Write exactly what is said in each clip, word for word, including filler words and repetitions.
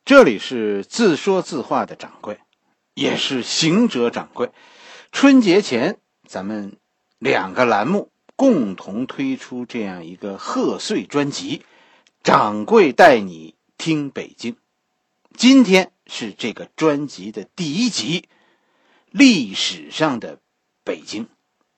这里是自说自话的掌柜，也是行者掌柜。春节前咱们两个栏目共同推出这样一个贺岁专辑，掌柜带你听北京。今天是这个专辑的第一集，历史上的北京。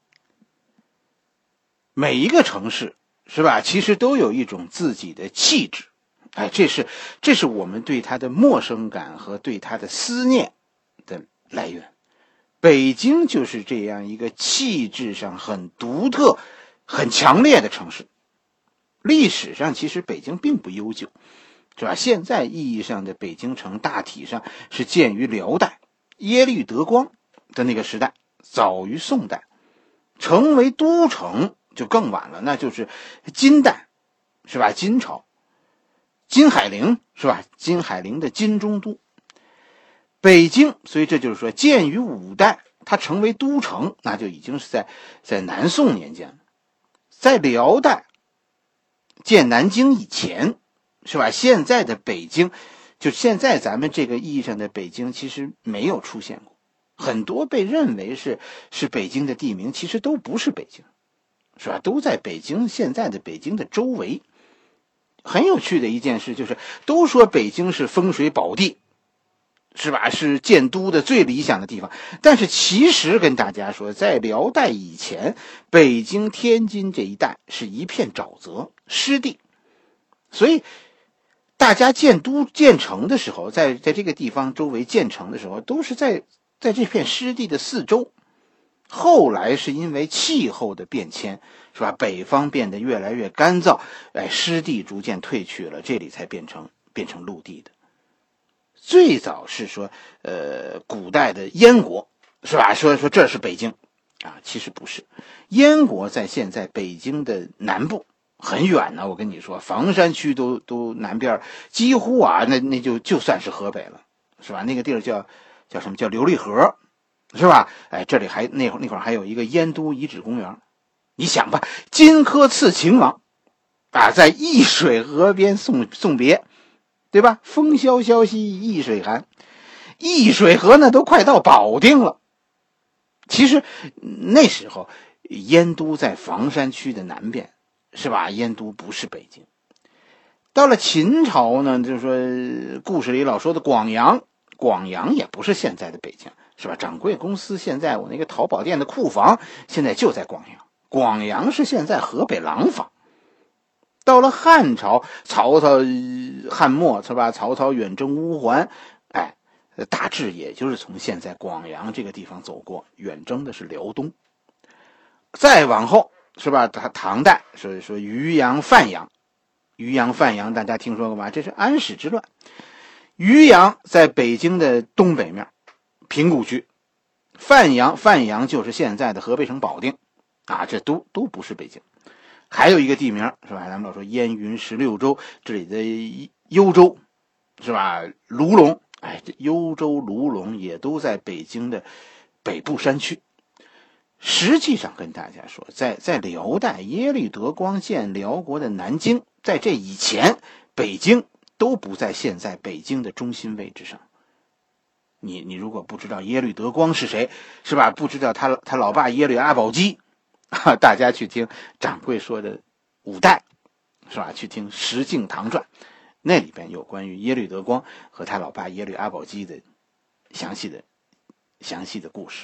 每一个城市是吧，其实都有一种自己的气质，哎，这是这是我们对它的陌生感和对它的思念的来源。北京就是这样一个气质上很独特很强烈的城市。历史上其实北京并不悠久，是吧？现在意义上的北京城大体上是建于辽代耶律德光的那个时代，早于宋代。成为都城就更晚了，那就是金代，是吧？金朝金海陵，是吧？金海陵的金中都。北京，所以这就是说建于五代，它成为都城，那就已经是在在南宋年间了。在辽代建南京以前，是吧？现在的北京，就现在咱们这个意义上的北京其实没有出现过。很多被认为是是北京的地名其实都不是北京，是吧？都在北京现在的北京的周围。很有趣的一件事就是，都说北京是风水宝地，是吧？是建都的最理想的地方。但是其实跟大家说，在辽代以前，北京天津这一带是一片沼泽湿地，所以大家建都建成的时候，在在这个地方周围建成的时候，都是在在这片湿地的四周。后来是因为气候的变迁，是吧？北方变得越来越干燥，哎，湿地逐渐退去了，这里才变成变成陆地的。最早是说，呃，古代的燕国，是吧？说说这是北京，啊，其实不是。燕国在现在北京的南部，很远呢。我跟你说，房山区都都南边，几乎啊，那那就就算是河北了，是吧？那个地儿叫叫什么？叫琉璃河。是吧？哎，这里还那会儿那会儿还有一个燕都遗址公园。你想吧，荆轲刺秦王啊，在易水河边送送别，对吧？风萧萧兮易水寒，易水河呢都快到保定了。其实那时候燕都在房山区的南边，是吧？燕都不是北京。到了秦朝呢，就是说故事里老说的广阳，广阳也不是现在的北京。是吧？掌柜公司现在我那个淘宝店的库房现在就在广阳，广阳是现在河北廊坊。到了汉朝，曹操汉末，是吧？曹操远征乌桓，哎，大致也就是从现在广阳这个地方走过，远征的是辽东。再往后，是吧？唐唐代说说渔阳范阳，渔阳范阳大家听说过吗？这是安史之乱。渔阳在北京的东北面。平谷区，范阳，范阳就是现在的河北省保定，啊，这都都不是北京。还有一个地名是吧？咱们老说燕云十六州，这里的幽州，是吧？卢龙，哎，这幽州、卢龙也都在北京的北部山区。实际上跟大家说，在在辽代耶律德光建辽国的南京，在这以前，北京都不在现在北京的中心位置上。你你如果不知道耶律德光是谁，是吧？不知道他他老爸耶律阿保机，啊，大家去听掌柜说的五代，是吧？去听《石敬瑭传》，那里边有关于耶律德光和他老爸耶律阿保机的详细的详细的故事。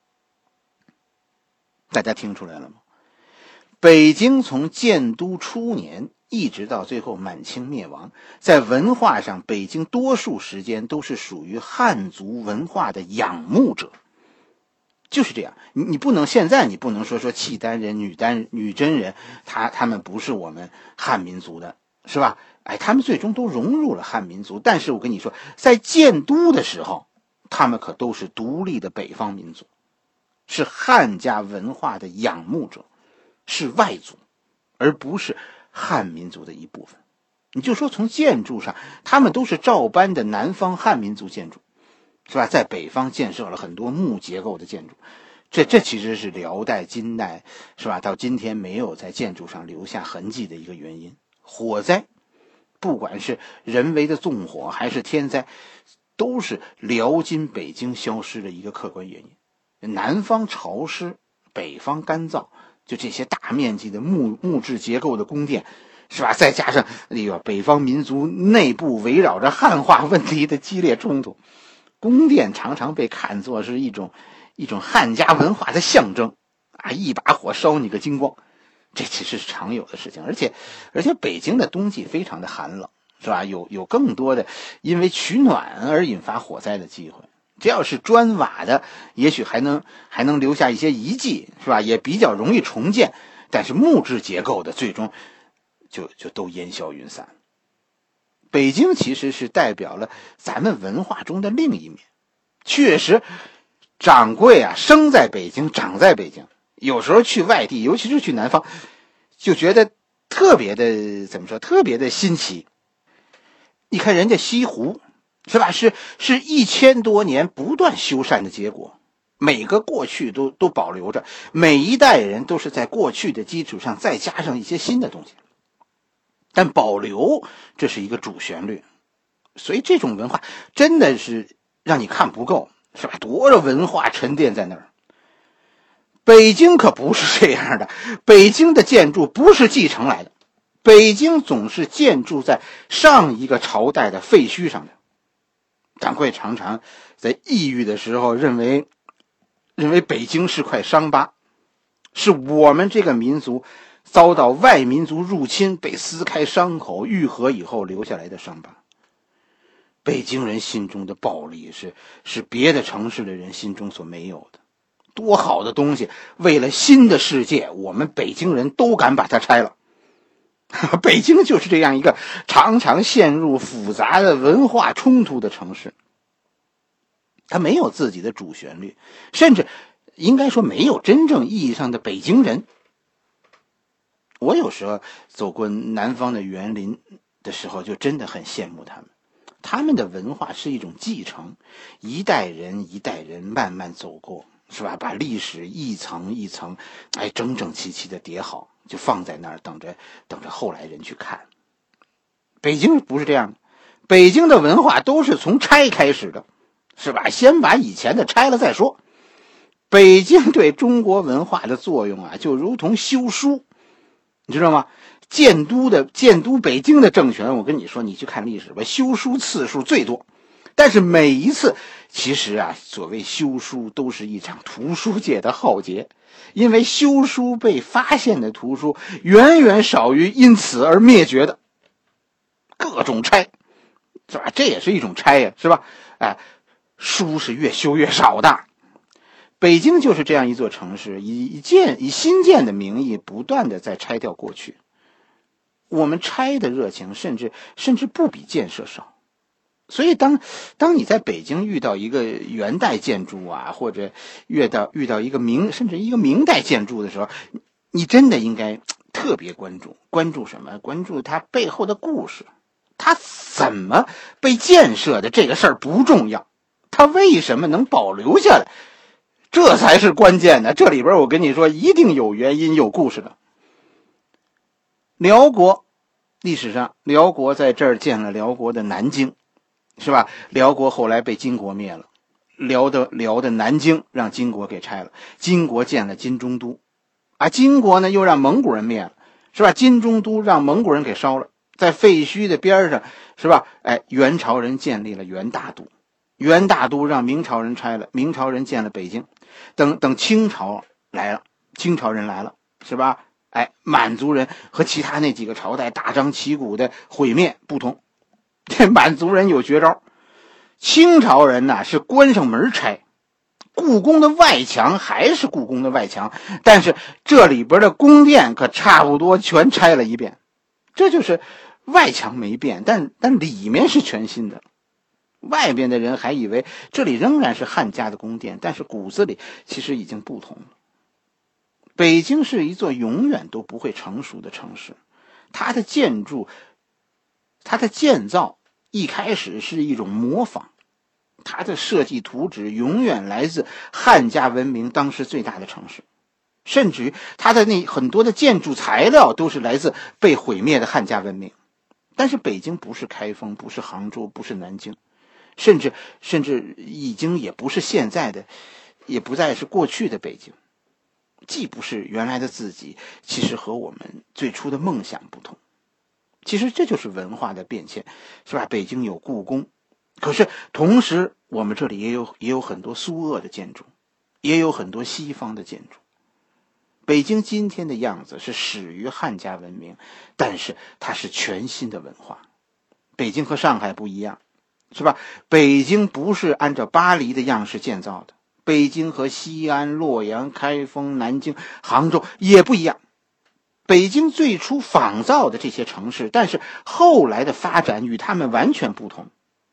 大家听出来了吗？北京从建都初年一直到最后满清灭亡，在文化上北京多数时间都是属于汉族文化的仰慕者。就是这样，你你不能现在你不能说说契丹人、女丹女真人，他他们不是我们汉民族的，是吧？哎，他们最终都融入了汉民族，但是我跟你说，在建都的时候，他们可都是独立的北方民族，是汉家文化的仰慕者，是外族，而不是汉民族的一部分。你就说从建筑上，他们都是照搬的南方汉民族建筑，是吧？在北方建设了很多木结构的建筑，这这其实是辽代、金代，是吧？到今天没有在建筑上留下痕迹的一个原因。火灾， 不管是人为的纵火还是天灾，都是辽金北京消失的一个客观原因。南方潮湿，北方干燥，就这些大面积的木木质结构的宫殿，是吧？再加上那个北方民族内部围绕着汉化问题的激烈冲突，宫殿常常被看作是一种一种汉家文化的象征啊！一把火烧你个精光，这其实是常有的事情。而且而且北京的冬季非常的寒冷，是吧？有有更多的因为取暖而引发火灾的机会。这要是砖瓦的，也许还能还能留下一些遗迹，是吧？也比较容易重建。但是木质结构的，最终就就都烟消云散。北京其实是代表了咱们文化中的另一面。确实，掌柜啊，生在北京，长在北京，有时候去外地，尤其是去南方，就觉得特别的怎么说，特别的新奇。你看人家西湖，是吧？是是一千多年不断修缮的结果，每个过去都都保留着，每一代人都是在过去的基础上再加上一些新的东西。但保留这是一个主旋律，所以这种文化真的是让你看不够，是吧？多少文化沉淀在那儿。北京可不是这样的，北京的建筑不是继承来的，北京总是建筑在上一个朝代的废墟上的。掌柜常常在抑郁的时候认为认为北京是块伤疤，是我们这个民族遭到外民族入侵，被撕开伤口愈合以后留下来的伤疤。北京人心中的暴力是是别的城市的人心中所没有的。多好的东西，为了新的世界，我们北京人都敢把它拆了。北京就是这样一个常常陷入复杂的文化冲突的城市。它没有自己的主旋律，甚至应该说没有真正意义上的北京人。我有时候走过南方的园林的时候，就真的很羡慕他们。他们的文化是一种继承，一代人一代人慢慢走过，是吧？把历史一层一层，哎，整整齐齐的叠好，就放在那儿，等着等着后来人去看。北京不是这样的，北京的文化都是从拆开始的，是吧？先把以前的拆了再说。北京对中国文化的作用啊，就如同修书，你知道吗？建都的建都北京的政权，我跟你说，你去看历史吧，修书次数最多。但是每一次，其实啊，所谓修书都是一场图书界的浩劫，因为修书被发现的图书远远少于因此而灭绝的。各种拆，是吧？这也是一种拆呀，是吧？哎，书是越修越少的。北京就是这样一座城市，以以建以新建的名义，不断的在拆掉过去。我们拆的热情，甚至甚至不比建设少。所以当当你在北京遇到一个元代建筑啊，或者遇到遇到一个明甚至一个明代建筑的时候，你真的应该特别关注关注什么？关注它背后的故事。它怎么被建设的这个事儿不重要，它为什么能保留下来，这才是关键的。这里边我跟你说，一定有原因有故事的。辽国历史上，辽国在这儿建了辽国的南京，是吧？辽国后来被金国灭了，辽的辽的南京让金国给拆了，金国建了金中都，啊，金国呢又让蒙古人灭了，是吧？金中都让蒙古人给烧了，在废墟的边上，是吧？哎，元朝人建立了元大都，元大都让明朝人拆了，明朝人建了北京。等等清朝来了，清朝人来了，是吧？哎，满族人和其他那几个朝代大张旗鼓的毁灭不同，这满族人有绝招。清朝人呐、啊、是关上门拆，故宫的外墙还是故宫的外墙，但是这里边的宫殿可差不多全拆了一遍。这就是外墙没变，但但里面是全新的。外边的人还以为这里仍然是汉家的宫殿，但是骨子里其实已经不同了。北京是一座永远都不会成熟的城市，它的建筑，它的建造一开始是一种模仿，它的设计图纸永远来自汉家文明当时最大的城市，甚至于它的那很多的建筑材料都是来自被毁灭的汉家文明。 但是北京不是开封，不是杭州，不是南京，甚至甚至已经也不是现在的，也不再是过去的北京，既不是原来的自己，其实和我们最初的梦想不同。其实这就是文化的变迁，是吧？北京有故宫，可是同时我们这里也有也有很多苏俄的建筑，也有很多西方的建筑。北京今天的样子是始于汉家文明，但是它是全新的文化。北京和上海不一样，是吧？北京不是按照巴黎的样式建造的，北京和西安、洛阳、开封、南京、杭州也不一样。北京最初仿造的这些城市，但是后来的发展与他们完全不同。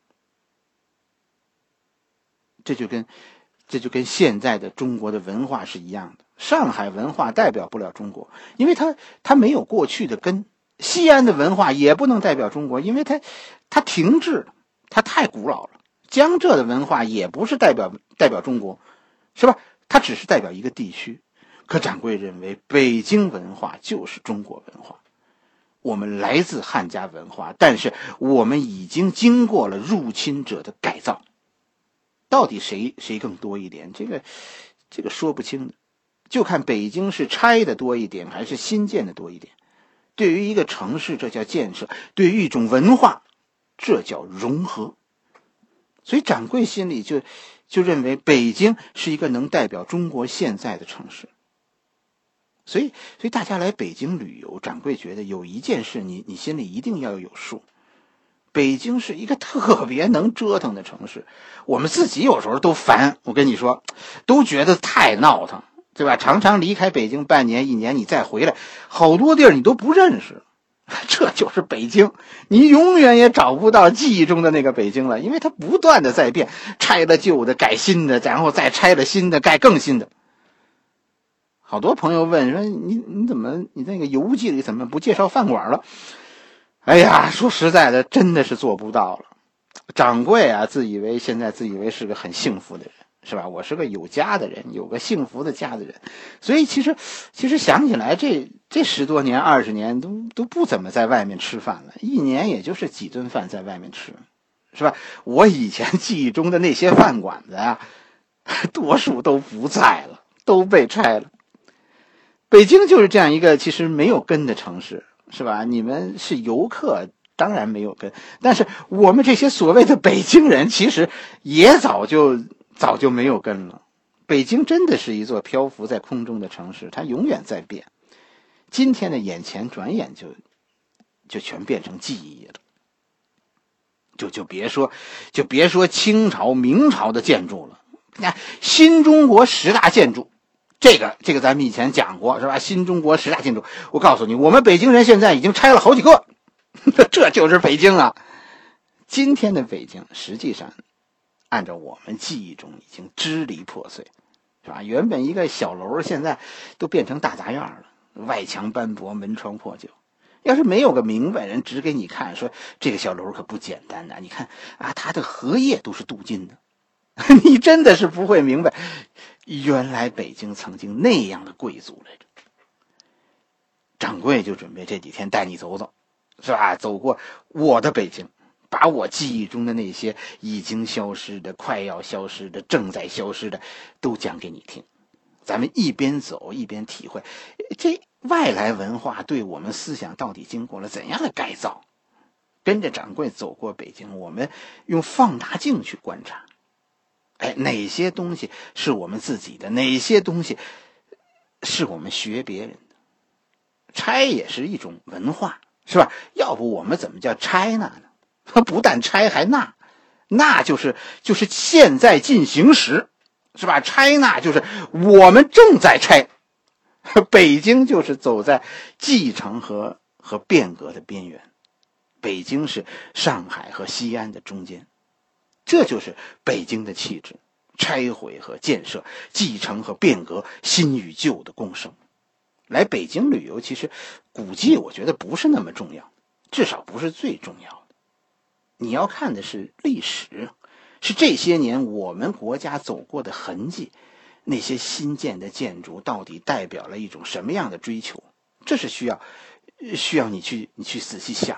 这就跟这就跟现在的中国的文化是一样的。上海文化代表不了中国，因为它它没有过去的根。西安的文化也不能代表中国，因为它它停滞了，它太古老了。江浙的文化也不是代表代表中国，是吧？它只是代表一个地区。可掌柜认为北京文化就是中国文化，我们来自汉家文化，但是我们已经经过了入侵者的改造。到底谁谁更多一点，这个这个说不清的，就看北京是拆的多一点还是新建的多一点。对于一个城市，这叫建设；对于一种文化，这叫融合。所以掌柜心里就就认为北京是一个能代表中国现在的城市。所以所以大家来北京旅游，掌柜觉得有一件事你你心里一定要有数。北京是一个特别能折腾的城市，我们自己有时候都烦，我跟你说，都觉得太闹腾，对吧？常常离开北京半年一年，你再回来，好多地儿你都不认识。这就是北京，你永远也找不到记忆中的那个北京了，因为它不断的在变，拆了旧的改新的，然后再拆了新的盖更新的。好多朋友问说，你你怎么你那个游记里怎么不介绍饭馆了？哎呀，说实在的，真的是做不到了。掌柜啊，自以为现在自以为是个很幸福的人，是吧？我是个有家的人，有个幸福的家的人，所以其实其实想起来，这这十多年、二十年都都不怎么在外面吃饭了，一年也就是几顿饭在外面吃，是吧？我以前记忆中的那些饭馆子啊，多数都不在了，都被拆了。北京就是这样一个其实没有根的城市，是吧？你们是游客，当然没有根，但是我们这些所谓的北京人，其实也早就早就没有根了。北京真的是一座漂浮在空中的城市，它永远在变。今天的眼前，转眼就就全变成记忆了。就就别说就别说清朝、明朝的建筑了，那新中国十大建筑。这个这个咱们以前讲过，是吧？新中国十大建筑，我告诉你，我们北京人现在已经拆了好几个，这就是北京啊。今天的北京实际上按照我们记忆中已经支离破碎，是吧？原本一个小楼现在都变成大杂院了，外墙斑驳，门窗破旧。要是没有个明白人指给你看，说这个小楼可不简单呐，你看啊，它的荷叶都是镀金的，你真的是不会明白，原来北京曾经那样的贵族来着。掌柜就准备这几天带你走走，是吧？走过我的北京，把我记忆中的那些已经消失的、快要消失的、正在消失的都讲给你听。咱们一边走一边体会，这外来文化对我们思想到底经过了怎样的改造。跟着掌柜走过北京，我们用放大镜去观察，哎，哪些东西是我们自己的，哪些东西是我们学别人的。拆也是一种文化，是吧？要不我们怎么叫拆纳呢？不但拆还纳，纳就是就是现在进行时，是吧？拆纳就是我们正在拆。北京就是走在继承和和变革的边缘，北京是上海和西安的中间，这就是北京的气质：拆毁和建设，继承和变革，新与旧的共生。来北京旅游，其实古迹我觉得不是那么重要，至少不是最重要的。你要看的是历史，是这些年我们国家走过的痕迹，那些新建的建筑到底代表了一种什么样的追求？这是需要需要你去你去仔细想的。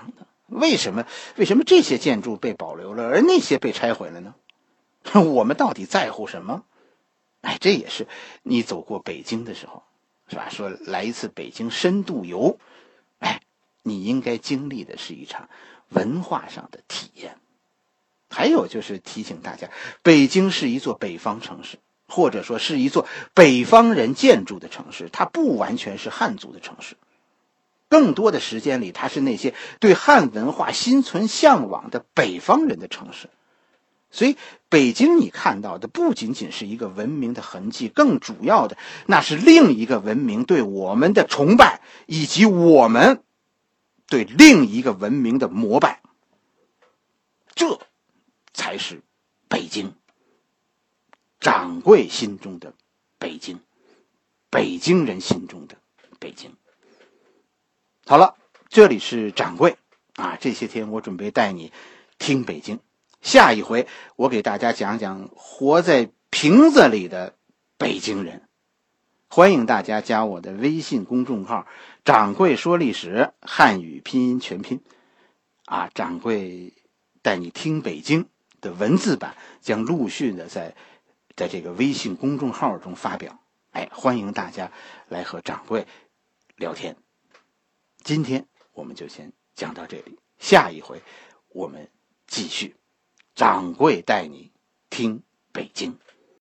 为什么为什么这些建筑被保留了，而那些被拆毁了呢？我们到底在乎什么？哎，这也是你走过北京的时候，是吧？说来一次北京深度游，哎，你应该经历的是一场文化上的体验。还有就是提醒大家，北京是一座北方城市，或者说是一座北方人建筑的城市，它不完全是汉族的城市。更多的时间里，它是那些对汉文化心存向往的北方人的城市。所以北京你看到的不仅仅是一个文明的痕迹，更主要的那是另一个文明对我们的崇拜，以及我们对另一个文明的膜拜。这才是北京，掌柜心中的北京，北京人心中的北京。好了，这里是掌柜啊，这些天我准备带你听北京，下一回我给大家讲讲活在瓶子里的北京人。欢迎大家加我的微信公众号掌柜说历史，汉语拼音全拼啊，掌柜带你听北京的文字版将陆续的在在这个微信公众号中发表。哎，欢迎大家来和掌柜聊天。今天我们就先讲到这里，下一回我们继续，掌柜带你听北京。